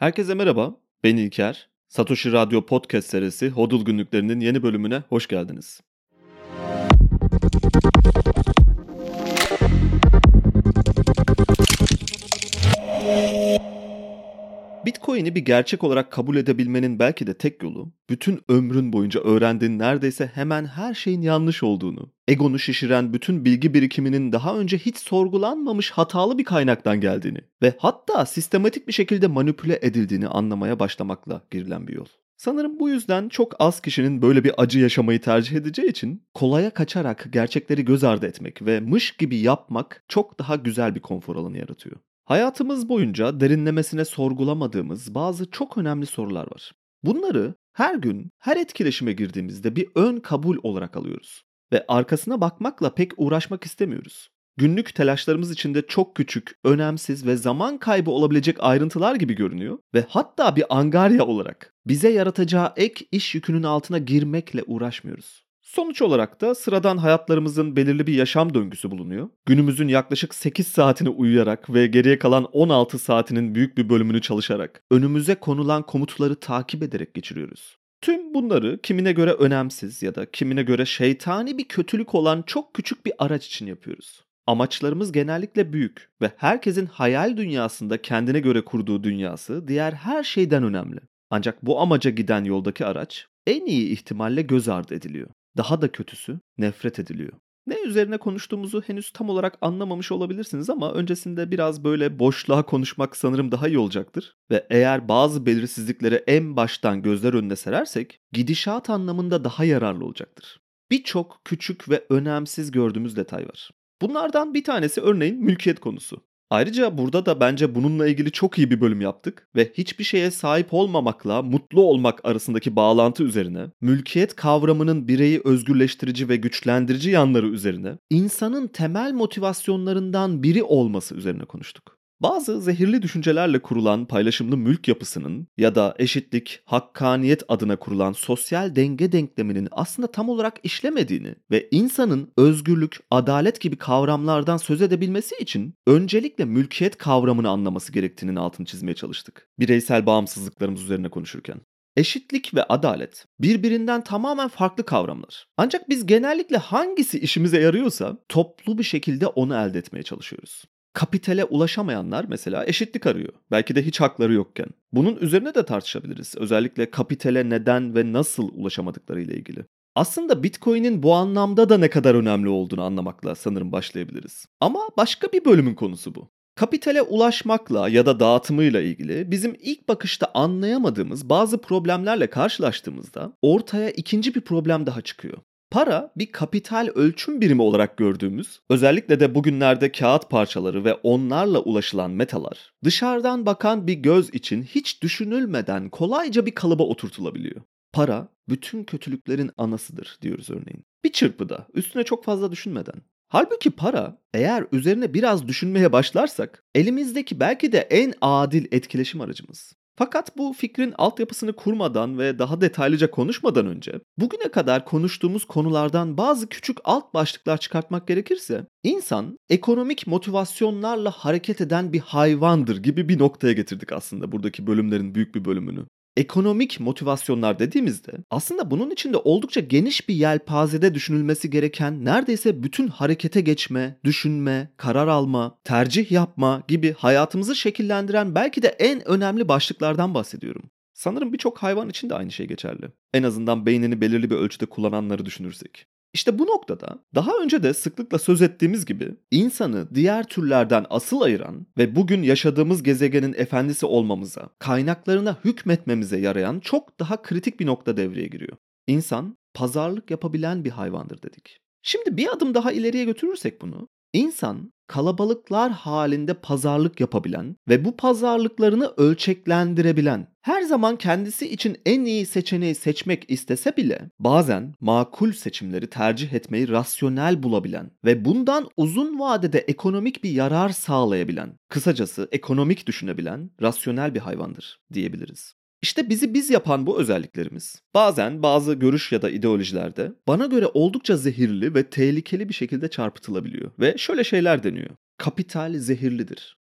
Herkese merhaba, ben İlker. Satoshi Radyo Podcast serisi Hodl Günlüklerinin yeni bölümüne hoş geldiniz. Bitcoin'i bir gerçek olarak kabul edebilmenin belki de tek yolu, bütün ömrün boyunca öğrendiğin neredeyse hemen her şeyin yanlış olduğunu, egonu şişiren bütün bilgi birikiminin daha önce hiç sorgulanmamış hatalı bir kaynaktan geldiğini ve hatta sistematik bir şekilde manipüle edildiğini anlamaya başlamakla girilen bir yol. Sanırım bu yüzden çok az kişinin böyle bir acı yaşamayı tercih edeceği için kolaya kaçarak gerçekleri göz ardı etmek ve mış gibi yapmak çok daha güzel bir konfor alanı yaratıyor. Hayatımız boyunca derinlemesine sorgulamadığımız bazı çok önemli sorular var. Bunları her gün, her etkileşime girdiğimizde bir ön kabul olarak alıyoruz ve arkasına bakmakla pek uğraşmak istemiyoruz. Günlük telaşlarımız içinde çok küçük, önemsiz ve zaman kaybı olabilecek ayrıntılar gibi görünüyor ve hatta bir angarya olarak bize yaratacağı ek iş yükünün altına girmekle uğraşmıyoruz. Sonuç olarak da sıradan hayatlarımızın belirli bir yaşam döngüsü bulunuyor. Günümüzün yaklaşık 8 saatini uyuyarak ve geriye kalan 16 saatinin büyük bir bölümünü çalışarak, önümüze konulan komutları takip ederek geçiriyoruz. Tüm bunları kimine göre önemsiz ya da kimine göre şeytani bir kötülük olan çok küçük bir araç için yapıyoruz. Amaçlarımız genellikle büyük ve herkesin hayal dünyasında kendine göre kurduğu dünyası diğer her şeyden önemli. Ancak bu amaca giden yoldaki araç en iyi ihtimalle göz ardı ediliyor. Daha da kötüsü nefret ediliyor. Ne üzerine konuştuğumuzu henüz tam olarak anlamamış olabilirsiniz ama öncesinde biraz böyle boşluğa konuşmak sanırım daha iyi olacaktır. Ve eğer bazı belirsizlikleri en baştan gözler önüne serersek gidişat anlamında daha yararlı olacaktır. Birçok küçük ve önemsiz gördüğümüz detay var. Bunlardan bir tanesi örneğin mülkiyet konusu. Ayrıca burada da bence bununla ilgili çok iyi bir bölüm yaptık ve hiçbir şeye sahip olmamakla mutlu olmak arasındaki bağlantı üzerine, mülkiyet kavramının bireyi özgürleştirici ve güçlendirici yanları üzerine, insanın temel motivasyonlarından biri olması üzerine konuştuk. Bazı zehirli düşüncelerle kurulan paylaşımlı mülk yapısının ya da eşitlik, hakkaniyet adına kurulan sosyal denge denkleminin aslında tam olarak işlemediğini ve insanın özgürlük, adalet gibi kavramlardan söz edebilmesi için öncelikle mülkiyet kavramını anlaması gerektiğinin altını çizmeye çalıştık. Bireysel bağımsızlıklarımız üzerine konuşurken. Eşitlik ve adalet birbirinden tamamen farklı kavramlar. Ancak biz genellikle hangisi işimize yarıyorsa toplu bir şekilde onu elde etmeye çalışıyoruz. Kapitale ulaşamayanlar mesela eşitlik arıyor. Belki de hiç hakları yokken. Bunun üzerine de tartışabiliriz. Özellikle kapitale neden ve nasıl ulaşamadıkları ile ilgili. Aslında Bitcoin'in bu anlamda da ne kadar önemli olduğunu anlamakla sanırım başlayabiliriz. Ama başka bir bölümün konusu bu. Kapitale ulaşmakla ya da dağıtımıyla ilgili bizim ilk bakışta anlayamadığımız bazı problemlerle karşılaştığımızda ortaya ikinci bir problem daha çıkıyor. Para bir kapital ölçüm birimi olarak gördüğümüz, özellikle de bugünlerde kağıt parçaları ve onlarla ulaşılan metalar, dışarıdan bakan bir göz için hiç düşünülmeden kolayca bir kalıba oturtulabiliyor. Para bütün kötülüklerin anasıdır diyoruz örneğin. Bir çırpıda, üstüne çok fazla düşünmeden. Halbuki para, eğer üzerine biraz düşünmeye başlarsak, elimizdeki belki de en adil etkileşim aracımız. Fakat bu fikrin altyapısını kurmadan ve daha detaylıca konuşmadan önce bugüne kadar konuştuğumuz konulardan bazı küçük alt başlıklar çıkartmak gerekirse insan ekonomik motivasyonlarla hareket eden bir hayvandır gibi bir noktaya getirdik aslında buradaki bölümlerin büyük bir bölümünü. Ekonomik motivasyonlar dediğimizde aslında bunun içinde oldukça geniş bir yelpazede düşünülmesi gereken neredeyse bütün harekete geçme, düşünme, karar alma, tercih yapma gibi hayatımızı şekillendiren belki de en önemli başlıklardan bahsediyorum. Sanırım birçok hayvan için de aynı şey geçerli. En azından beynini belirli bir ölçüde kullananları düşünürsek. İşte bu noktada daha önce de sıklıkla söz ettiğimiz gibi insanı diğer türlerden asıl ayıran ve bugün yaşadığımız gezegenin efendisi olmamıza, kaynaklarına hükmetmemize yarayan çok daha kritik bir nokta devreye giriyor. İnsan pazarlık yapabilen bir hayvandır dedik. Şimdi bir adım daha ileriye götürürsek bunu, insan kalabalıklar halinde pazarlık yapabilen ve bu pazarlıklarını ölçeklendirebilen, her zaman kendisi için en iyi seçeneği seçmek istese bile bazen makul seçimleri tercih etmeyi rasyonel bulabilen ve bundan uzun vadede ekonomik bir yarar sağlayabilen, kısacası ekonomik düşünebilen rasyonel bir hayvandır diyebiliriz. İşte bizi biz yapan bu özelliklerimiz bazen bazı görüş ya da ideolojilerde bana göre oldukça zehirli ve tehlikeli bir şekilde çarpıtılabiliyor. Ve şöyle şeyler deniyor. Kapital zehirlidir.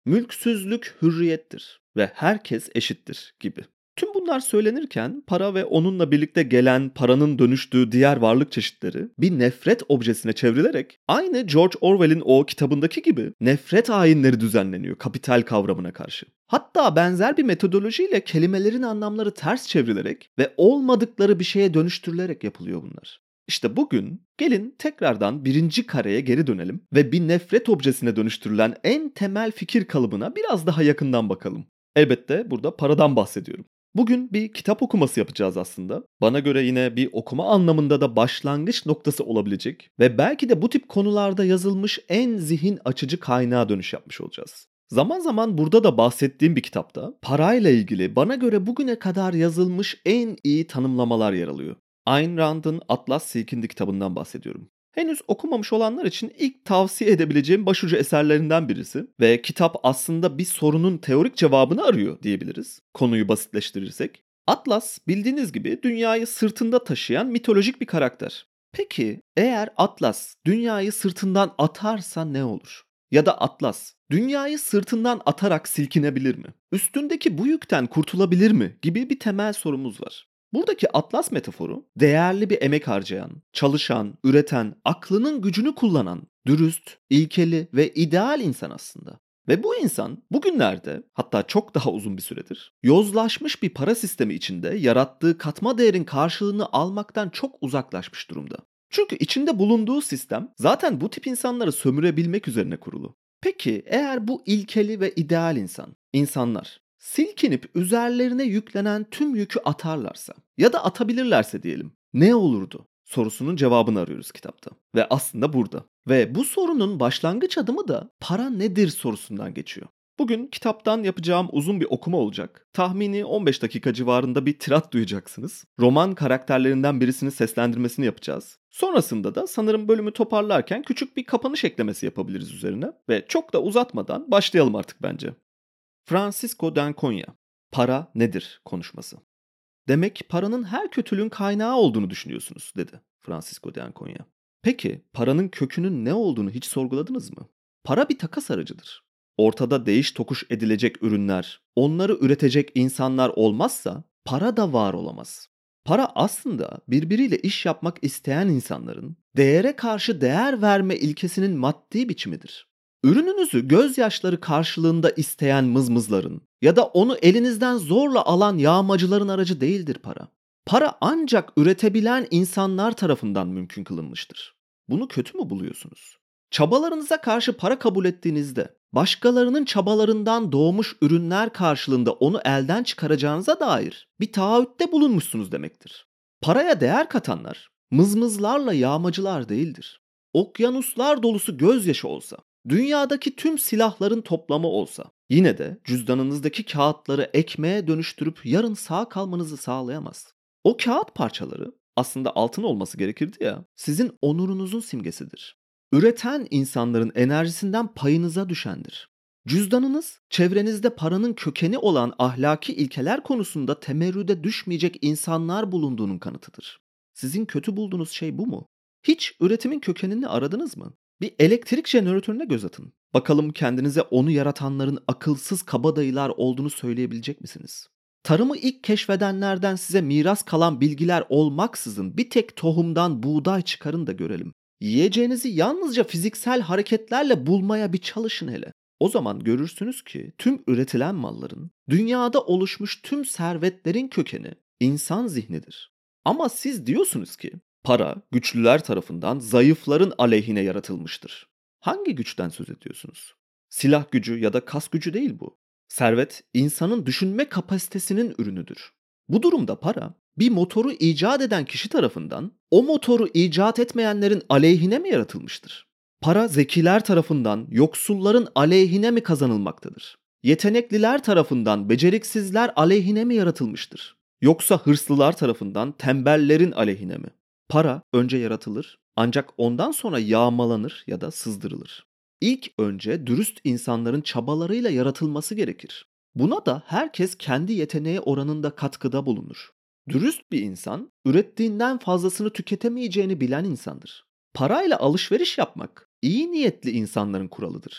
Mülksüzlük hürriyettir ve herkes eşittir gibi. Tüm bunlar söylenirken para ve onunla birlikte gelen paranın dönüştüğü diğer varlık çeşitleri bir nefret objesine çevrilerek aynı George Orwell'in o kitabındaki gibi nefret ayinleri düzenleniyor kapital kavramına karşı. Hatta benzer bir metodolojiyle kelimelerin anlamları ters çevrilerek ve olmadıkları bir şeye dönüştürülerek yapılıyor bunlar. İşte bugün gelin tekrardan birinci kareye geri dönelim ve bir nefret objesine dönüştürülen en temel fikir kalıbına biraz daha yakından bakalım. Elbette burada paradan bahsediyorum. Bugün bir kitap okuması yapacağız aslında. Bana göre yine bir okuma anlamında da başlangıç noktası olabilecek ve belki de bu tip konularda yazılmış en zihin açıcı kaynağa dönüş yapmış olacağız. Zaman zaman burada da bahsettiğim bir kitapta parayla ilgili bana göre bugüne kadar yazılmış en iyi tanımlamalar yer alıyor. Ayn Rand'ın Atlas Silkindi kitabından bahsediyorum. Henüz okumamış olanlar için ilk tavsiye edebileceğim başucu eserlerinden birisi ve kitap aslında bir sorunun teorik cevabını arıyor diyebiliriz, konuyu basitleştirirsek. Atlas bildiğiniz gibi dünyayı sırtında taşıyan mitolojik bir karakter. Peki eğer Atlas dünyayı sırtından atarsa ne olur? Ya da Atlas dünyayı sırtından atarak silkinebilir mi? Üstündeki bu yükten kurtulabilir mi gibi bir temel sorumuz var. Buradaki Atlas metaforu değerli bir emek harcayan, çalışan, üreten, aklının gücünü kullanan, dürüst, ilkeli ve ideal insan aslında. Ve bu insan bugünlerde, hatta çok daha uzun bir süredir, yozlaşmış bir para sistemi içinde yarattığı katma değerin karşılığını almaktan çok uzaklaşmış durumda. Çünkü içinde bulunduğu sistem zaten bu tip insanları sömürebilmek üzerine kurulu. Peki eğer bu ilkeli ve ideal insanlar silkinip üzerlerine yüklenen tüm yükü atarlarsa ya da atabilirlerse diyelim, ne olurdu? Sorusunun cevabını arıyoruz kitapta. Ve aslında burada. Ve bu sorunun başlangıç adımı da para nedir sorusundan geçiyor. Bugün kitaptan yapacağım uzun bir okuma olacak. Tahmini 15 dakika civarında bir tirat duyacaksınız. Roman karakterlerinden birisinin seslendirmesini yapacağız. Sonrasında da sanırım bölümü toparlarken küçük bir kapanış eklemesi yapabiliriz üzerine. Ve çok da uzatmadan başlayalım artık bence. Francisco d'Anconia, para nedir konuşması. Demek paranın her kötülüğün kaynağı olduğunu düşünüyorsunuz, dedi Francisco d'Anconia. Peki paranın kökünün ne olduğunu hiç sorguladınız mı? Para bir takas aracıdır. Ortada değiş tokuş edilecek ürünler, onları üretecek insanlar olmazsa para da var olamaz. Para aslında birbiriyle iş yapmak isteyen insanların değere karşı değer verme ilkesinin maddi biçimidir. Ürününüzü gözyaşları karşılığında isteyen mızmızların ya da onu elinizden zorla alan yağmacıların aracı değildir para. Para ancak üretebilen insanlar tarafından mümkün kılınmıştır. Bunu kötü mü buluyorsunuz? Çabalarınıza karşı para kabul ettiğinizde, başkalarının çabalarından doğmuş ürünler karşılığında onu elden çıkaracağınıza dair bir taahhütte bulunmuşsunuz demektir. Paraya değer katanlar, mızmızlarla yağmacılar değildir. Okyanuslar dolusu gözyaşı olsa, dünyadaki tüm silahların toplamı olsa, yine de cüzdanınızdaki kağıtları ekmeğe dönüştürüp yarın sağ kalmanızı sağlayamaz. O kağıt parçaları aslında altın olması gerekirdi ya, sizin onurunuzun simgesidir. Üreten insanların enerjisinden payınıza düşendir. Cüzdanınız, çevrenizde paranın kökeni olan ahlaki ilkeler konusunda temerrüde düşmeyecek insanlar bulunduğunun kanıtıdır. Sizin kötü bulduğunuz şey bu mu? Hiç üretimin kökenini aradınız mı? Bir elektrik jeneratörüne göz atın. Bakalım kendinize onu yaratanların akılsız kabadayılar olduğunu söyleyebilecek misiniz? Tarımı ilk keşfedenlerden size miras kalan bilgiler olmaksızın bir tek tohumdan buğday çıkarın da görelim. Yiyeceğinizi yalnızca fiziksel hareketlerle bulmaya bir çalışın hele. O zaman görürsünüz ki tüm üretilen malların, dünyada oluşmuş tüm servetlerin kökeni insan zihnidir. Ama siz diyorsunuz ki para güçlüler tarafından zayıfların aleyhine yaratılmıştır. Hangi güçten söz ediyorsunuz? Silah gücü ya da kas gücü değil bu. Servet insanın düşünme kapasitesinin ürünüdür. Bu durumda para bir motoru icat eden kişi tarafından o motoru icat etmeyenlerin aleyhine mi yaratılmıştır? Para zekiler tarafından yoksulların aleyhine mi kazanılmaktadır? Yetenekliler tarafından beceriksizler aleyhine mi yaratılmıştır? Yoksa hırslılar tarafından tembellerin aleyhine mi? Para önce yaratılır ancak ondan sonra yağmalanır ya da sızdırılır. İlk önce dürüst insanların çabalarıyla yaratılması gerekir. Buna da herkes kendi yeteneği oranında katkıda bulunur. Dürüst bir insan, ürettiğinden fazlasını tüketemeyeceğini bilen insandır. Parayla alışveriş yapmak, iyi niyetli insanların kuralıdır.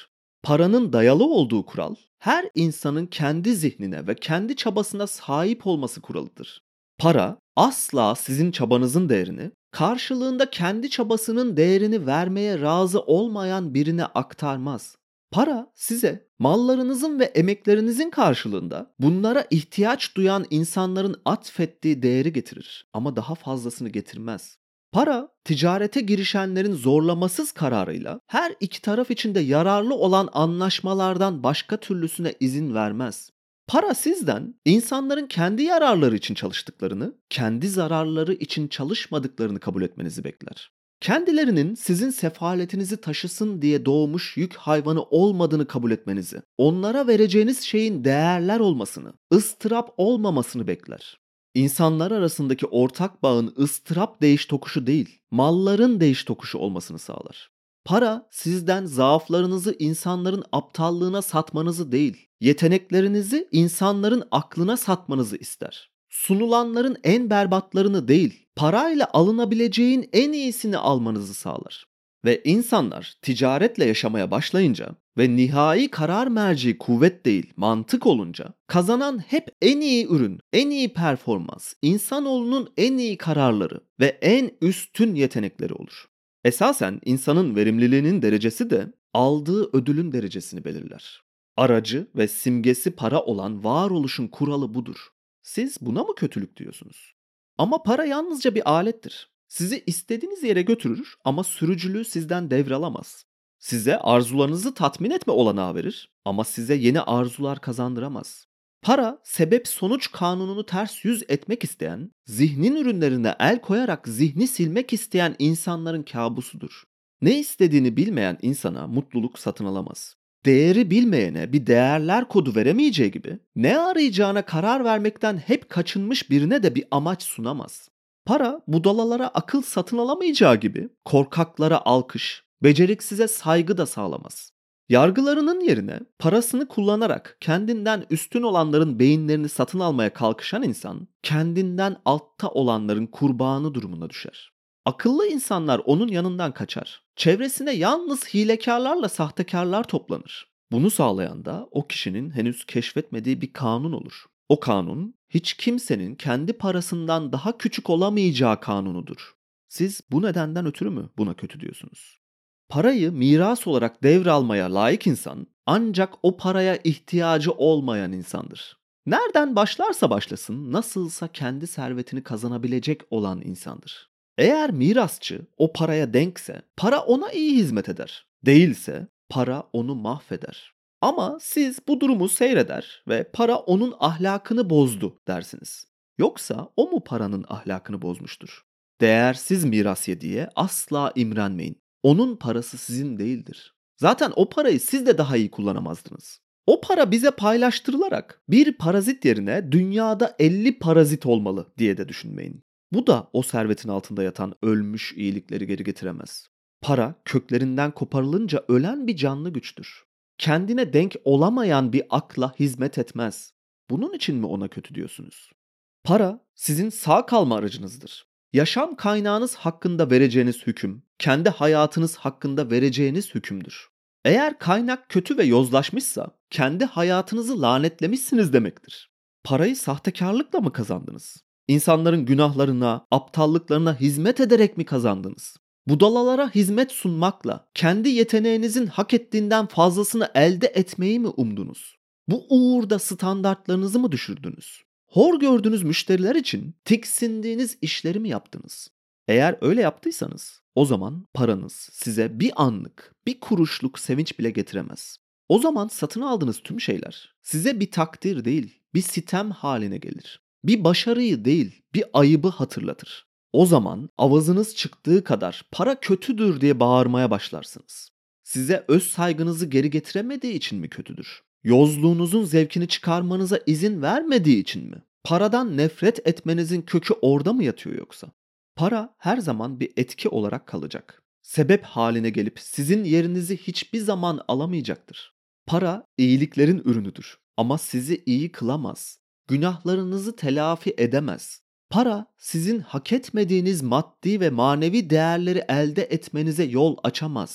Paranın dayalı olduğu kural, her insanın kendi zihnine ve kendi çabasına sahip olması kuralıdır. Para asla sizin çabanızın değerini, karşılığında kendi çabasının değerini vermeye razı olmayan birine aktarmaz. Para size mallarınızın ve emeklerinizin karşılığında bunlara ihtiyaç duyan insanların atfettiği değeri getirir ama daha fazlasını getirmez. Para, ticarete girişenlerin zorlamasız kararıyla her iki taraf için de yararlı olan anlaşmalardan başka türlüsüne izin vermez. Para sizden insanların kendi yararları için çalıştıklarını, kendi zararları için çalışmadıklarını kabul etmenizi bekler. Kendilerinin sizin sefaletinizi taşısın diye doğmuş yük hayvanı olmadığını kabul etmenizi, onlara vereceğiniz şeyin değerler olmasını, ıstırap olmamasını bekler. İnsanlar arasındaki ortak bağın ıstırap değiş tokuşu değil, malların değiş tokuşu olmasını sağlar. Para sizden zaaflarınızı insanların aptallığına satmanızı değil, yeteneklerinizi insanların aklına satmanızı ister. Sunulanların en berbatlarını değil, parayla alınabileceğin en iyisini almanızı sağlar. Ve insanlar ticaretle yaşamaya başlayınca ve nihai karar merci kuvvet değil mantık olunca kazanan hep en iyi ürün, en iyi performans, insanoğlunun en iyi kararları ve en üstün yetenekleri olur. Esasen insanın verimliliğinin derecesi de aldığı ödülün derecesini belirler. Aracı ve simgesi para olan varoluşun kuralı budur. Siz buna mı kötülük diyorsunuz? Ama para yalnızca bir alettir. Sizi istediğiniz yere götürür ama sürücülüğü sizden devralamaz. Size arzularınızı tatmin etme olanağı verir ama size yeni arzular kazandıramaz. Para, sebep sonuç kanununu ters yüz etmek isteyen, zihnin ürünlerine el koyarak zihni silmek isteyen insanların kabusudur. Ne istediğini bilmeyen insana mutluluk satın alamaz. Değeri bilmeyene bir değerler kodu veremeyeceği gibi, ne arayacağına karar vermekten hep kaçınmış birine de bir amaç sunamaz. Para, budalalara akıl satın alamayacağı gibi, korkaklara alkış, beceriksize saygı da sağlamaz. Yargılarının yerine parasını kullanarak kendinden üstün olanların beyinlerini satın almaya kalkışan insan, kendinden altta olanların kurbanı durumuna düşer. Akıllı insanlar onun yanından kaçar. Çevresine yalnız hilekarlarla sahtekarlar toplanır. Bunu sağlayan da o kişinin henüz keşfetmediği bir kanun olur. O kanun, hiç kimsenin kendi parasından daha küçük olamayacağı kanunudur. Siz bu nedenden ötürü mü buna kötü diyorsunuz? Parayı miras olarak devralmaya layık insan ancak o paraya ihtiyacı olmayan insandır. Nereden başlarsa başlasın nasılsa kendi servetini kazanabilecek olan insandır. Eğer mirasçı o paraya denkse para ona iyi hizmet eder. Değilse para onu mahveder. Ama siz bu durumu seyreder ve para onun ahlakını bozdu dersiniz. Yoksa o mu paranın ahlakını bozmuştur? Değersiz miras yediye asla imrenmeyin. Onun parası sizin değildir. Zaten o parayı siz de daha iyi kullanamazdınız. O para bize paylaştırılarak bir parazit yerine dünyada 50 parazit olmalı diye de düşünmeyin. Bu da o servetin altında yatan ölmüş iyilikleri geri getiremez. Para köklerinden koparılınca ölen bir canlı güçtür. Kendine denk olamayan bir akla hizmet etmez. Bunun için mi ona kötü diyorsunuz? Para sizin sağ kalma aracınızdır. Yaşam kaynağınız hakkında vereceğiniz hüküm, kendi hayatınız hakkında vereceğiniz hükümdür. Eğer kaynak kötü ve yozlaşmışsa, kendi hayatınızı lanetlemişsiniz demektir. Parayı sahtekarlıkla mı kazandınız? İnsanların günahlarına, aptallıklarına hizmet ederek mi kazandınız? Budalalara hizmet sunmakla, kendi yeteneğinizin hak ettiğinden fazlasını elde etmeyi mi umdunuz? Bu uğurda standartlarınızı mı düşürdünüz? Hor gördüğünüz müşteriler için tiksindiğiniz işleri mi yaptınız? Eğer öyle yaptıysanız o zaman paranız size bir anlık, bir kuruşluk sevinç bile getiremez. O zaman satın aldığınız tüm şeyler size bir takdir değil, bir sitem haline gelir. Bir başarıyı değil, bir ayıbı hatırlatır. O zaman avazınız çıktığı kadar para kötüdür diye bağırmaya başlarsınız. Size öz saygınızı geri getiremediği için mi kötüdür? Yozluğunuzun zevkini çıkarmanıza izin vermediği için mi? Paradan nefret etmenizin kökü orada mı yatıyor yoksa? Para her zaman bir etki olarak kalacak. Sebep haline gelip sizin yerinizi hiçbir zaman alamayacaktır. Para iyiliklerin ürünüdür ama sizi iyi kılamaz. Günahlarınızı telafi edemez. Para sizin hak etmediğiniz maddi ve manevi değerleri elde etmenize yol açamaz.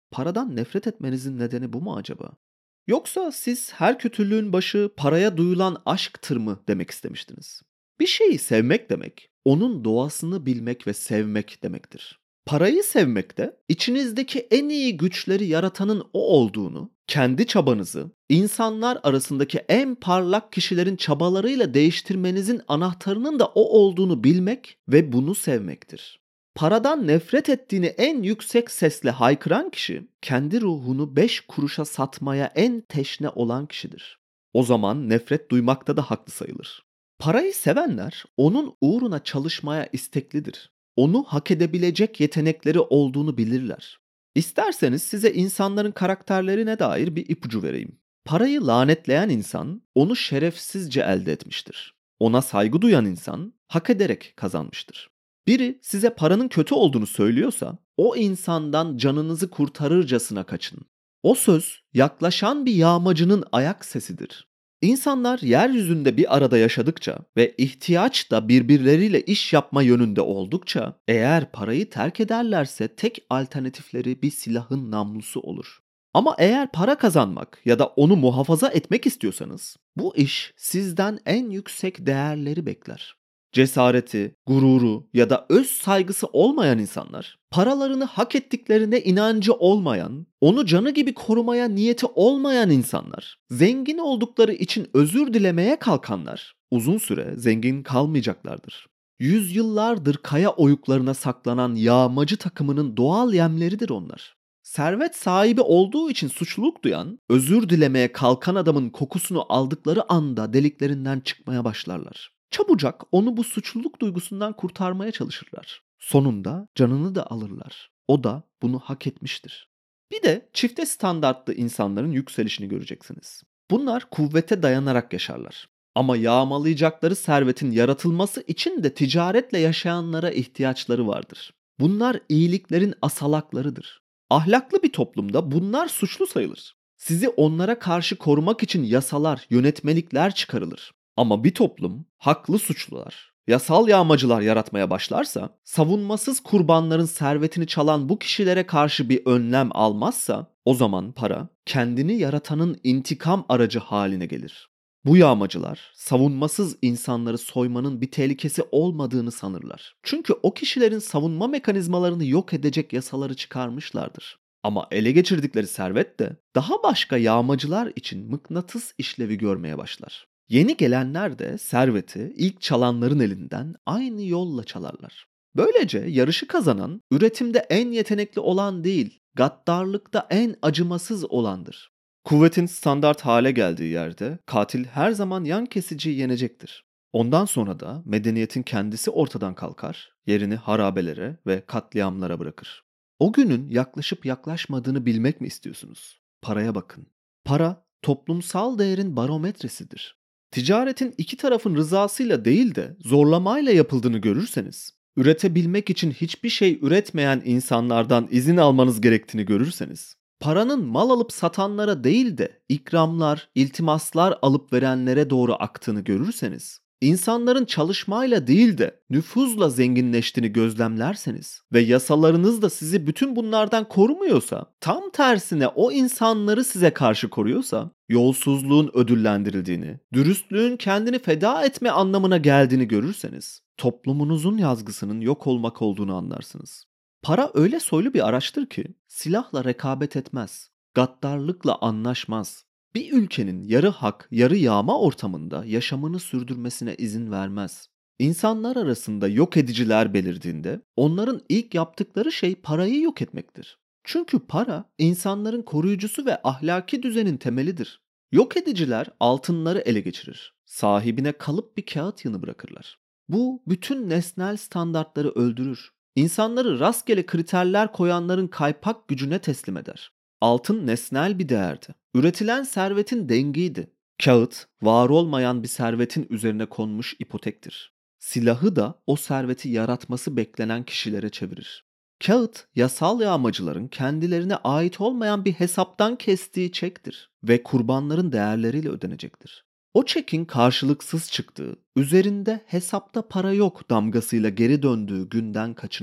Paradan nefret etmenizin nedeni bu mu acaba? Yoksa siz her kötülüğün başı paraya duyulan aşktır mı demek istemiştiniz? Bir şeyi sevmek demek, onun doğasını bilmek ve sevmek demektir. Parayı sevmek de içinizdeki en iyi güçleri yaratanın o olduğunu, kendi çabanızı insanlar arasındaki en parlak kişilerin çabalarıyla değiştirmenizin anahtarının da o olduğunu bilmek ve bunu sevmektir. Paradan nefret ettiğini en yüksek sesle haykıran kişi, kendi ruhunu 5 kuruşa satmaya en teşne olan kişidir. O zaman nefret duymakta da haklı sayılır. Parayı sevenler onun uğruna çalışmaya isteklidir. Onu hak edebilecek yetenekleri olduğunu bilirler. İsterseniz size insanların karakterlerine dair bir ipucu vereyim. Parayı lanetleyen insan onu şerefsizce elde etmiştir. Ona saygı duyan insan hak ederek kazanmıştır. Biri size paranın kötü olduğunu söylüyorsa o insandan canınızı kurtarırcasına kaçın. O söz yaklaşan bir yağmacının ayak sesidir. İnsanlar yeryüzünde bir arada yaşadıkça ve ihtiyaç da birbirleriyle iş yapma yönünde oldukça eğer parayı terk ederlerse tek alternatifleri bir silahın namlusu olur. Ama eğer para kazanmak ya da onu muhafaza etmek istiyorsanız bu iş sizden en yüksek değerleri bekler. Cesareti, gururu ya da öz saygısı olmayan insanlar, paralarını hak ettiklerine inancı olmayan, onu canı gibi korumaya niyeti olmayan insanlar, zengin oldukları için özür dilemeye kalkanlar, uzun süre zengin kalmayacaklardır. Yüzyıllardır kaya oyuklarına saklanan yağmacı takımının doğal yemleridir onlar. Servet sahibi olduğu için suçluluk duyan, özür dilemeye kalkan adamın kokusunu aldıkları anda deliklerinden çıkmaya başlarlar. Çabucak onu bu suçluluk duygusundan kurtarmaya çalışırlar. Sonunda canını da alırlar. O da bunu hak etmiştir. Bir de çifte standartlı insanların yükselişini göreceksiniz. Bunlar kuvvete dayanarak yaşarlar. Ama yağmalayacakları servetin yaratılması için de ticaretle yaşayanlara ihtiyaçları vardır. Bunlar iyiliklerin asalaklarıdır. Ahlaklı bir toplumda bunlar suçlu sayılır. Sizi onlara karşı korumak için yasalar, yönetmelikler çıkarılır. Ama bir toplum haklı suçlular, yasal yağmacılar yaratmaya başlarsa, savunmasız kurbanların servetini çalan bu kişilere karşı bir önlem almazsa, o zaman para kendini yaratanın intikam aracı haline gelir. Bu yağmacılar savunmasız insanları soymanın bir tehlikesi olmadığını sanırlar. Çünkü o kişilerin savunma mekanizmalarını yok edecek yasaları çıkarmışlardır. Ama ele geçirdikleri servet de daha başka yağmacılar için mıknatıs işlevi görmeye başlar. Yeni gelenler de serveti ilk çalanların elinden aynı yolla çalarlar. Böylece yarışı kazanan üretimde en yetenekli olan değil, gaddarlıkta en acımasız olandır. Kuvvetin standart hale geldiği yerde katil her zaman yan kesiciyi yenecektir. Ondan sonra da medeniyetin kendisi ortadan kalkar, yerini harabelere ve katliamlara bırakır. O günün yaklaşıp yaklaşmadığını bilmek mi istiyorsunuz? Paraya bakın. Para toplumsal değerin barometresidir. Ticaretin iki tarafın rızasıyla değil de zorlamayla yapıldığını görürseniz, üretebilmek için hiçbir şey üretmeyen insanlardan izin almanız gerektiğini görürseniz, paranın mal alıp satanlara değil de ikramlar, iltimaslar alıp verenlere doğru aktığını görürseniz, insanların çalışmayla değil de nüfuzla zenginleştiğini gözlemlerseniz ve yasalarınız da sizi bütün bunlardan korumuyorsa, tam tersine o insanları size karşı koruyorsa, yolsuzluğun ödüllendirildiğini, dürüstlüğün kendini feda etme anlamına geldiğini görürseniz, toplumunuzun yazgısının yok olmak olduğunu anlarsınız. Para öyle soylu bir araçtır ki silahla rekabet etmez, gaddarlıkla anlaşmaz. Bir ülkenin yarı hak, yarı yağma ortamında yaşamını sürdürmesine izin vermez. İnsanlar arasında yok ediciler belirdiğinde onların ilk yaptıkları şey parayı yok etmektir. Çünkü para insanların koruyucusu ve ahlaki düzenin temelidir. Yok ediciler altınları ele geçirir. Sahibine kalıp bir kağıt yığını bırakırlar. Bu bütün nesnel standartları öldürür. İnsanları rastgele kriterler koyanların kaypak gücüne teslim eder. Altın nesnel bir değerdi. Üretilen servetin dengiydi. Kağıt, var olmayan bir servetin üzerine konmuş ipotektir. Silahı da o serveti yaratması beklenen kişilere çevirir. Kağıt, yasal yağmacıların kendilerine ait olmayan bir hesaptan kestiği çektir ve kurbanların değerleriyle ödenecektir. O çekin karşılıksız çıktığı, üzerinde hesapta para yok damgasıyla geri döndüğü günden kaçının.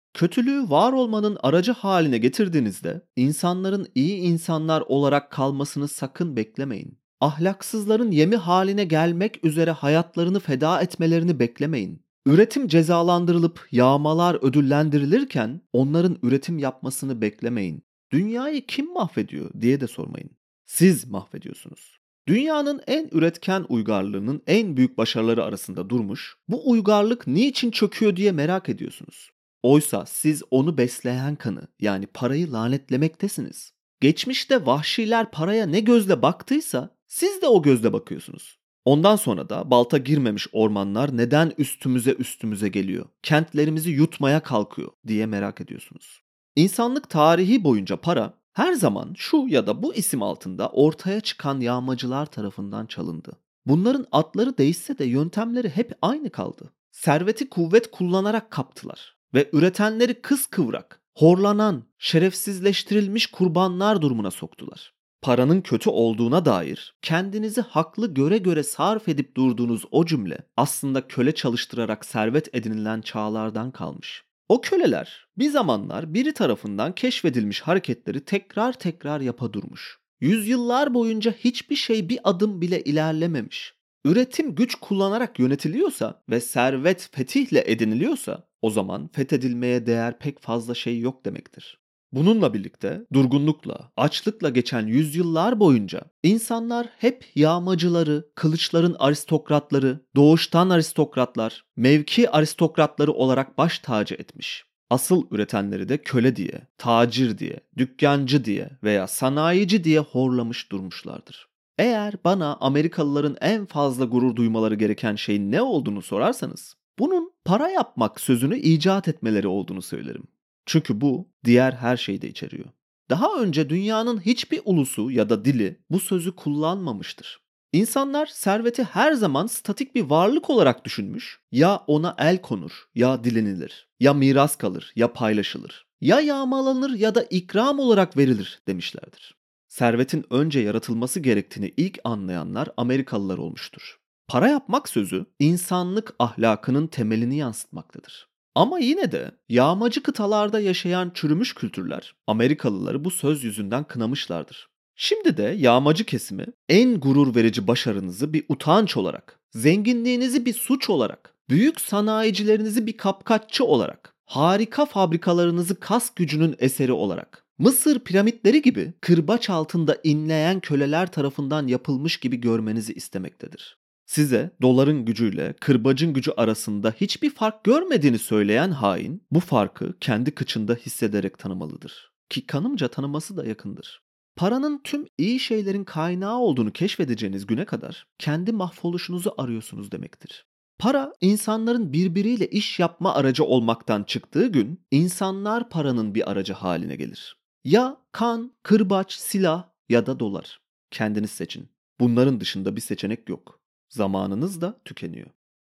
Kötülüğü var olmanın aracı haline getirdiğinizde insanların iyi insanlar olarak kalmasını sakın beklemeyin. Ahlaksızların yemi haline gelmek üzere hayatlarını feda etmelerini beklemeyin. Üretim cezalandırılıp yağmalar ödüllendirilirken onların üretim yapmasını beklemeyin. Dünyayı kim mahvediyor diye de sormayın. Siz mahvediyorsunuz. Dünyanın en üretken uygarlığının en büyük başarıları arasında durmuş, bu uygarlık niçin çöküyor diye merak ediyorsunuz. Oysa siz onu besleyen kanı, yani parayı lanetlemektesiniz. Geçmişte vahşiler paraya ne gözle baktıysa siz de o gözle bakıyorsunuz. Ondan sonra da balta girmemiş ormanlar neden üstümüze geliyor, kentlerimizi yutmaya kalkıyor diye merak ediyorsunuz. İnsanlık tarihi boyunca para her zaman şu ya da bu isim altında ortaya çıkan yağmacılar tarafından çalındı. Bunların adları değişse de yöntemleri hep aynı kaldı. Serveti kuvvet kullanarak kaptılar ve üretenleri kıskıvrak, horlanan, şerefsizleştirilmiş kurbanlar durumuna soktular. Paranın kötü olduğuna dair kendinizi haklı göre göre sarf edip durduğunuz o cümle aslında köle çalıştırarak servet edinilen çağlardan kalmış. O köleler bir zamanlar biri tarafından keşfedilmiş hareketleri tekrar tekrar yapa durmuş. Yüzyıllar boyunca hiçbir şey bir adım bile ilerlememiş. Üretim güç kullanarak yönetiliyorsa ve servet fetihle ediniliyorsa o zaman fethedilmeye değer pek fazla şey yok demektir. Bununla birlikte durgunlukla, açlıkla geçen yüzyıllar boyunca insanlar hep yağmacıları, kılıçların aristokratları, doğuştan aristokratlar, mevki aristokratları olarak baş tacı etmiş. Asıl üretenleri de köle diye, tacir diye, dükkancı diye veya sanayici diye horlamış durmuşlardır. Eğer bana Amerikalıların en fazla gurur duymaları gereken şeyin ne olduğunu sorarsanız, bunun para yapmak sözünü icat etmeleri olduğunu söylerim. Çünkü bu diğer her şeyi de içeriyor. Daha önce dünyanın hiçbir ulusu ya da dili bu sözü kullanmamıştır. İnsanlar serveti her zaman statik bir varlık olarak düşünmüş, ya ona el konur, ya dilenilir, ya miras kalır, ya paylaşılır, ya yağmalanır ya da ikram olarak verilir demişlerdir. Servetin önce yaratılması gerektiğini ilk anlayanlar Amerikalılar olmuştur. Para yapmak sözü insanlık ahlakının temelini yansıtmaktadır. Ama yine de yağmacı kıtalarda yaşayan çürümüş kültürler Amerikalıları bu söz yüzünden kınamışlardır. Şimdi de yağmacı kesimi en gurur verici başarınızı bir utanç olarak, zenginliğinizi bir suç olarak, büyük sanayicilerinizi bir kapkaççı olarak, harika fabrikalarınızı kas gücünün eseri olarak, Mısır piramitleri gibi kırbaç altında inleyen köleler tarafından yapılmış gibi görmenizi istemektedir. Size doların gücüyle kırbacın gücü arasında hiçbir fark görmediğini söyleyen hain bu farkı kendi kıçında hissederek tanımalıdır. Ki kanımca tanıması da yakındır. Paranın tüm iyi şeylerin kaynağı olduğunu keşfedeceğiniz güne kadar kendi mahvoluşunuzu arıyorsunuz demektir. Para insanların birbiriyle iş yapma aracı olmaktan çıktığı gün insanlar paranın bir aracı haline gelir. Ya kan, kırbaç, silah ya da dolar. Kendiniz seçin. Bunların dışında bir seçenek yok. Zamanınız da tükeniyor.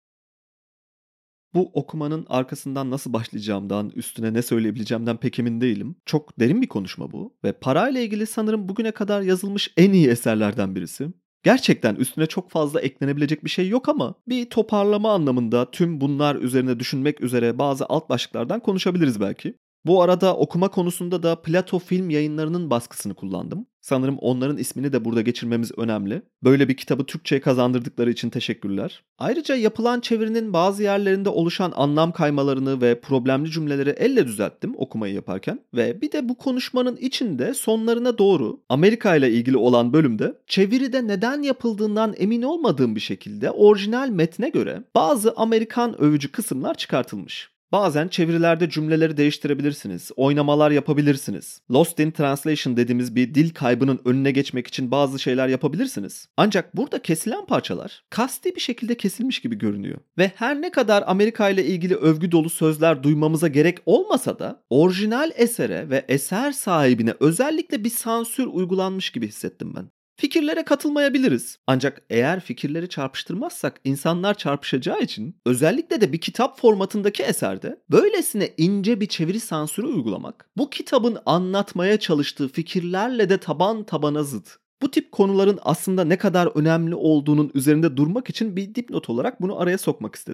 Bu okumanın arkasından nasıl başlayacağımdan, üstüne ne söyleyebileceğimden pek emin değilim. Çok derin bir konuşma bu ve parayla ilgili sanırım bugüne kadar yazılmış en iyi eserlerden birisi. Gerçekten üstüne çok fazla eklenebilecek bir şey yok ama bir toparlama anlamında tüm bunlar üzerine düşünmek üzere bazı alt başlıklardan konuşabiliriz belki. Bu arada okuma konusunda da Plato Film Yayınları'nın baskısını kullandım. Sanırım onların ismini de burada geçirmemiz önemli. Böyle bir kitabı Türkçe'ye kazandırdıkları için teşekkürler. Ayrıca yapılan çevirinin bazı yerlerinde oluşan anlam kaymalarını ve problemli cümleleri elle düzelttim okumayı yaparken. Ve bir de bu konuşmanın içinde sonlarına doğru Amerika ile ilgili olan bölümde çeviride neden yapıldığından emin olmadığım bir şekilde orijinal metne göre bazı Amerikan övücü kısımlar çıkartılmış. Bazen çevirilerde cümleleri değiştirebilirsiniz, oynamalar yapabilirsiniz. Lost in translation dediğimiz bir dil kaybının önüne geçmek için bazı şeyler yapabilirsiniz. Ancak burada kesilen parçalar kasti bir şekilde kesilmiş gibi görünüyor. Ve her ne kadar Amerika ile ilgili övgü dolu sözler duymamıza gerek olmasa da orijinal esere ve eser sahibine özellikle bir sansür uygulanmış gibi hissettim ben. Fikirlere katılmayabiliriz. Ancak eğer fikirleri çarpıştırmazsak insanlar çarpışacağı için özellikle de bir kitap formatındaki eserde böylesine ince bir çeviri sansürü uygulamak bu kitabın anlatmaya çalıştığı fikirlerle de taban tabana zıt. Bu tip konuların aslında ne kadar önemli olduğunun üzerinde durmak için bir dipnot olarak bunu araya sokmak istedim.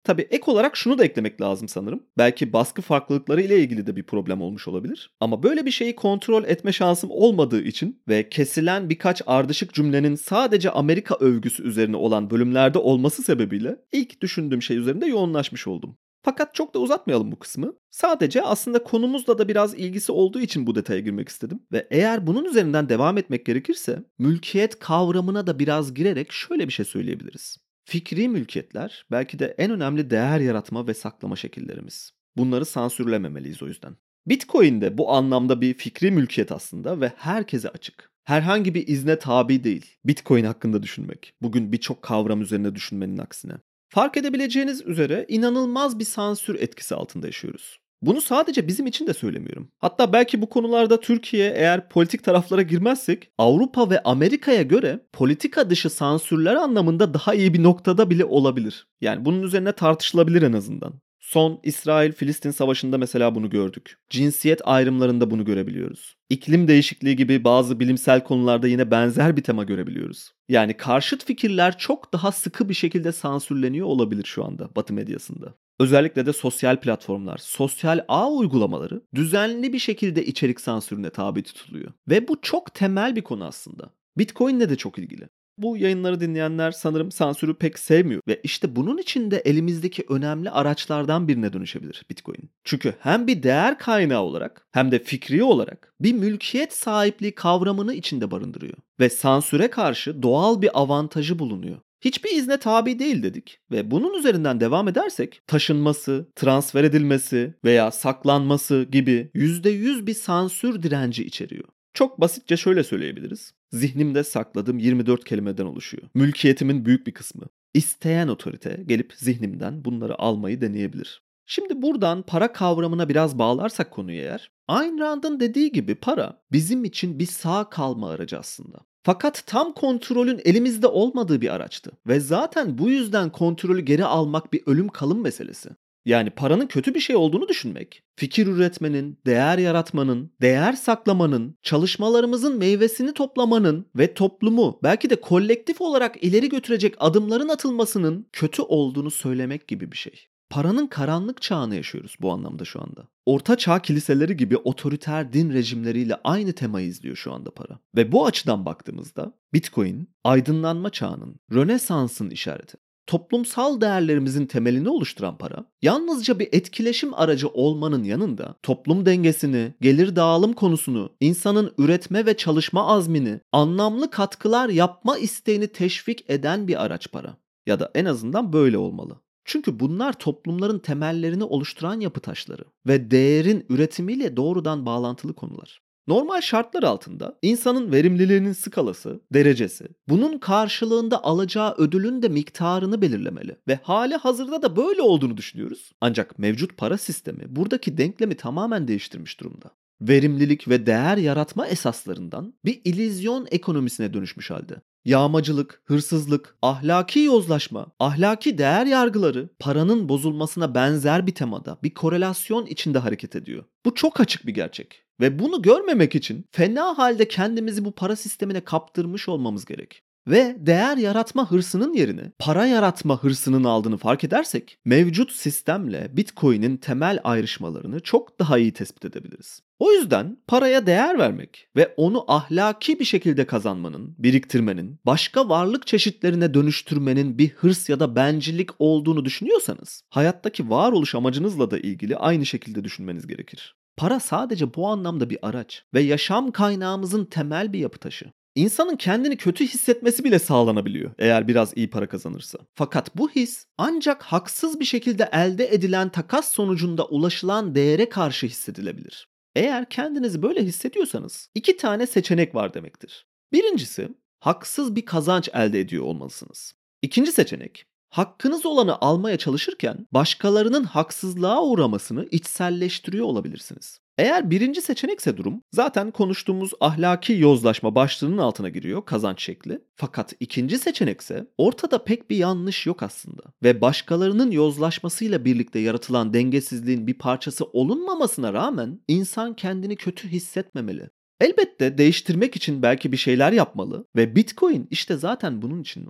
Tabii ek olarak şunu da eklemek lazım sanırım. Belki baskı farklılıkları ile ilgili de bir problem olmuş olabilir. Ama böyle bir şeyi kontrol etme şansım olmadığı için ve kesilen birkaç ardışık cümlenin sadece Amerika övgüsü üzerine olan bölümlerde olması sebebiyle ilk düşündüğüm şey üzerinde yoğunlaşmış oldum. Fakat çok da uzatmayalım bu kısmı. Sadece aslında konumuzla da biraz ilgisi olduğu için bu detaya girmek istedim. Ve eğer bunun üzerinden devam etmek gerekirse, mülkiyet kavramına da biraz girerek şöyle bir şey söyleyebiliriz. Fikri mülkiyetler belki de en önemli değer yaratma ve saklama şekillerimiz. Bunları sansürlememeliyiz o yüzden. Bitcoin de bu anlamda bir fikri mülkiyet aslında ve herkese açık. Herhangi bir izne tabi değil. Bitcoin hakkında düşünmek. Bugün birçok kavram üzerine düşünmenin aksine. Fark edebileceğiniz üzere inanılmaz bir sansür etkisi altında yaşıyoruz. Bunu sadece bizim için de söylemiyorum. Hatta belki bu konularda Türkiye eğer politik taraflara girmezsek Avrupa ve Amerika'ya göre politika dışı sansürler anlamında daha iyi bir noktada bile olabilir. Yani bunun üzerine tartışılabilir en azından. Son İsrail-Filistin savaşında mesela bunu gördük. Cinsiyet ayrımlarında bunu görebiliyoruz. İklim değişikliği gibi bazı bilimsel konularda yine benzer bir tema görebiliyoruz. Yani karşıt fikirler çok daha sıkı bir şekilde sansürleniyor olabilir şu anda Batı medyasında. Özellikle de sosyal platformlar, sosyal ağ uygulamaları düzenli bir şekilde içerik sansürüne tabi tutuluyor. Ve bu çok temel bir konu aslında. Bitcoin'le de çok ilgili. Bu yayınları dinleyenler sanırım sansürü pek sevmiyor ve işte bunun için de elimizdeki önemli araçlardan birine dönüşebilir Bitcoin. Çünkü hem bir değer kaynağı olarak hem de fikri olarak bir mülkiyet sahipliği kavramını içinde barındırıyor ve sansüre karşı doğal bir avantajı bulunuyor. Hiçbir izne tabi değil dedik ve bunun üzerinden devam edersek taşınması, transfer edilmesi veya saklanması gibi %100 bir sansür direnci içeriyor. Çok basitçe şöyle söyleyebiliriz. Zihnimde sakladığım 24 kelimeden oluşuyor. Mülkiyetimin büyük bir kısmı. İsteyen otorite gelip zihnimden bunları almayı deneyebilir. Şimdi buradan para kavramına biraz bağlarsak konuyu eğer, Ayn Rand'ın dediği gibi para bizim için bir sağ kalma aracı aslında. Fakat tam kontrolün elimizde olmadığı bir araçtı ve zaten bu yüzden kontrolü geri almak bir ölüm kalım meselesi. Yani paranın kötü bir şey olduğunu düşünmek, fikir üretmenin, değer yaratmanın, değer saklamanın, çalışmalarımızın meyvesini toplamanın ve toplumu belki de kolektif olarak ileri götürecek adımların atılmasının kötü olduğunu söylemek gibi bir şey. Paranın karanlık çağını yaşıyoruz bu anlamda şu anda. Orta çağ kiliseleri gibi otoriter din rejimleriyle aynı temayı izliyor şu anda para. Ve bu açıdan baktığımızda Bitcoin aydınlanma çağının, Rönesans'ın işareti. Toplumsal değerlerimizin temelini oluşturan para, yalnızca bir etkileşim aracı olmanın yanında toplum dengesini, gelir dağılım konusunu, insanın üretme ve çalışma azmini, anlamlı katkılar yapma isteğini teşvik eden bir araç para. Ya da en azından böyle olmalı. Çünkü bunlar toplumların temellerini oluşturan yapı taşları ve değerin üretimiyle doğrudan bağlantılı konular. Normal şartlar altında insanın verimliliğinin skalası, derecesi, bunun karşılığında alacağı ödülün de miktarını belirlemeli ve hali hazırda da böyle olduğunu düşünüyoruz. Ancak mevcut para sistemi buradaki denklemi tamamen değiştirmiş durumda. Verimlilik ve değer yaratma esaslarından bir illüzyon ekonomisine dönüşmüş halde. Yağmacılık, hırsızlık, ahlaki yozlaşma, ahlaki değer yargıları paranın bozulmasına benzer bir temada bir korelasyon içinde hareket ediyor. Bu çok açık bir gerçek. Ve bunu görmemek için fena halde kendimizi bu para sistemine kaptırmış olmamız gerek. Ve değer yaratma hırsının yerine para yaratma hırsının aldığını fark edersek mevcut sistemle Bitcoin'in temel ayrışmalarını çok daha iyi tespit edebiliriz. O yüzden paraya değer vermek ve onu ahlaki bir şekilde kazanmanın, biriktirmenin, başka varlık çeşitlerine dönüştürmenin bir hırs ya da bencillik olduğunu düşünüyorsanız, hayattaki varoluş amacınızla da ilgili aynı şekilde düşünmeniz gerekir. Para sadece bu anlamda bir araç ve yaşam kaynağımızın temel bir yapı taşı. İnsanın kendini kötü hissetmesi bile sağlanabiliyor eğer biraz iyi para kazanırsa. Fakat bu his ancak haksız bir şekilde elde edilen takas sonucunda ulaşılan değere karşı hissedilebilir. Eğer kendinizi böyle hissediyorsanız 2 tane seçenek var demektir. Birincisi, haksız bir kazanç elde ediyor olmalısınız. İkinci seçenek, hakkınız olanı almaya çalışırken başkalarının haksızlığa uğramasını içselleştiriyor olabilirsiniz. Eğer birinci seçenekse durum zaten konuştuğumuz ahlaki yozlaşma başlığının altına giriyor kazanç şekli. Fakat ikinci seçenekse ortada pek bir yanlış yok aslında. Ve başkalarının yozlaşmasıyla birlikte yaratılan dengesizliğin bir parçası olunmamasına rağmen insan kendini kötü hissetmemeli. Elbette değiştirmek için belki bir şeyler yapmalı ve Bitcoin işte zaten bunun için var.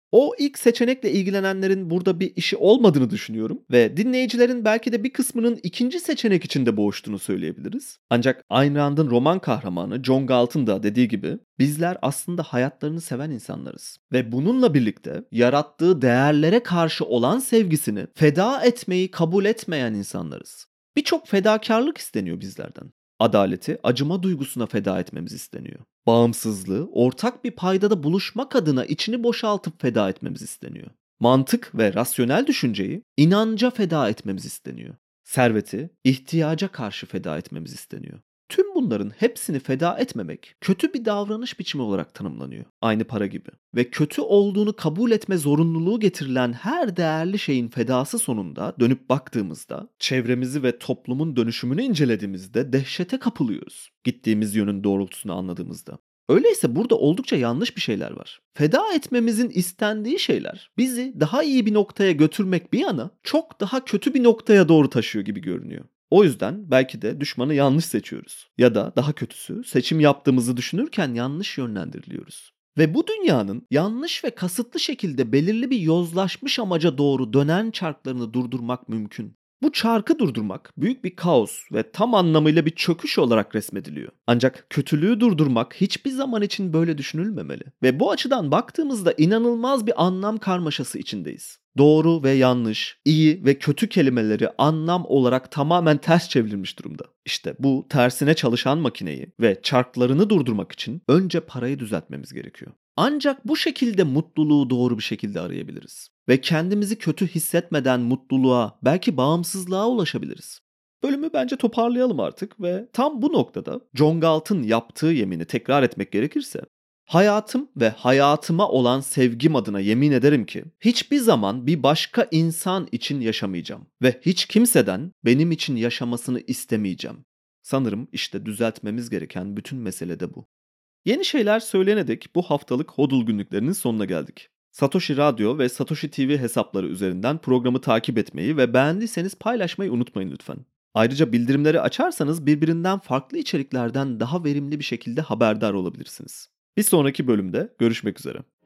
O ilk seçenekle ilgilenenlerin burada bir işi olmadığını düşünüyorum ve dinleyicilerin belki de bir kısmının ikinci seçenek içinde boğuştuğunu söyleyebiliriz. Ancak Ayn Rand'ın roman kahramanı John Galt'ın da dediği gibi bizler aslında hayatlarını seven insanlarız. Ve bununla birlikte yarattığı değerlere karşı olan sevgisini feda etmeyi kabul etmeyen insanlarız. Birçok fedakarlık isteniyor bizlerden. Adaleti, acıma duygusuna feda etmemiz isteniyor. Bağımsızlığı, ortak bir paydada buluşmak adına içini boşaltıp feda etmemiz isteniyor. Mantık ve rasyonel düşünceyi inanca feda etmemiz isteniyor. Serveti, ihtiyaca karşı feda etmemiz isteniyor. Tüm bunların hepsini feda etmemek kötü bir davranış biçimi olarak tanımlanıyor. Aynı para gibi. Ve kötü olduğunu kabul etme zorunluluğu getirilen her değerli şeyin fedası sonunda dönüp baktığımızda, çevremizi ve toplumun dönüşümünü incelediğimizde dehşete kapılıyoruz. Gittiğimiz yönün doğrultusunu anladığımızda. Öyleyse burada oldukça yanlış bir şeyler var. Feda etmemizin istendiği şeyler bizi daha iyi bir noktaya götürmek bir yana çok daha kötü bir noktaya doğru taşıyor gibi görünüyor. O yüzden belki de düşmanı yanlış seçiyoruz. Ya da daha kötüsü seçim yaptığımızı düşünürken yanlış yönlendiriliyoruz. Ve bu dünyanın yanlış ve kasıtlı şekilde belirli bir yozlaşmış amaca doğru dönen çarklarını durdurmak mümkün. Bu çarkı durdurmak büyük bir kaos ve tam anlamıyla bir çöküş olarak resmediliyor. Ancak kötülüğü durdurmak hiçbir zaman için böyle düşünülmemeli. Ve bu açıdan baktığımızda inanılmaz bir anlam karmaşası içindeyiz. Doğru ve yanlış, iyi ve kötü kelimeleri anlam olarak tamamen ters çevrilmiş durumda. İşte bu tersine çalışan makineyi ve çarklarını durdurmak için önce parayı düzeltmemiz gerekiyor. Ancak bu şekilde mutluluğu doğru bir şekilde arayabiliriz. Ve kendimizi kötü hissetmeden mutluluğa, belki bağımsızlığa ulaşabiliriz. Bölümü bence toparlayalım artık ve tam bu noktada John Galt'ın yaptığı yemini tekrar etmek gerekirse, hayatım ve hayatıma olan sevgim adına yemin ederim ki hiçbir zaman bir başka insan için yaşamayacağım ve hiç kimseden benim için yaşamasını istemeyeceğim. Sanırım işte düzeltmemiz gereken bütün mesele de bu. Yeni şeyler söyleyene dek bu haftalık Hodl günlüklerinin sonuna geldik. Satoshi Radyo ve Satoshi TV hesapları üzerinden programı takip etmeyi ve beğendiyseniz paylaşmayı unutmayın lütfen. Ayrıca bildirimleri açarsanız birbirinden farklı içeriklerden daha verimli bir şekilde haberdar olabilirsiniz. Bir sonraki bölümde görüşmek üzere.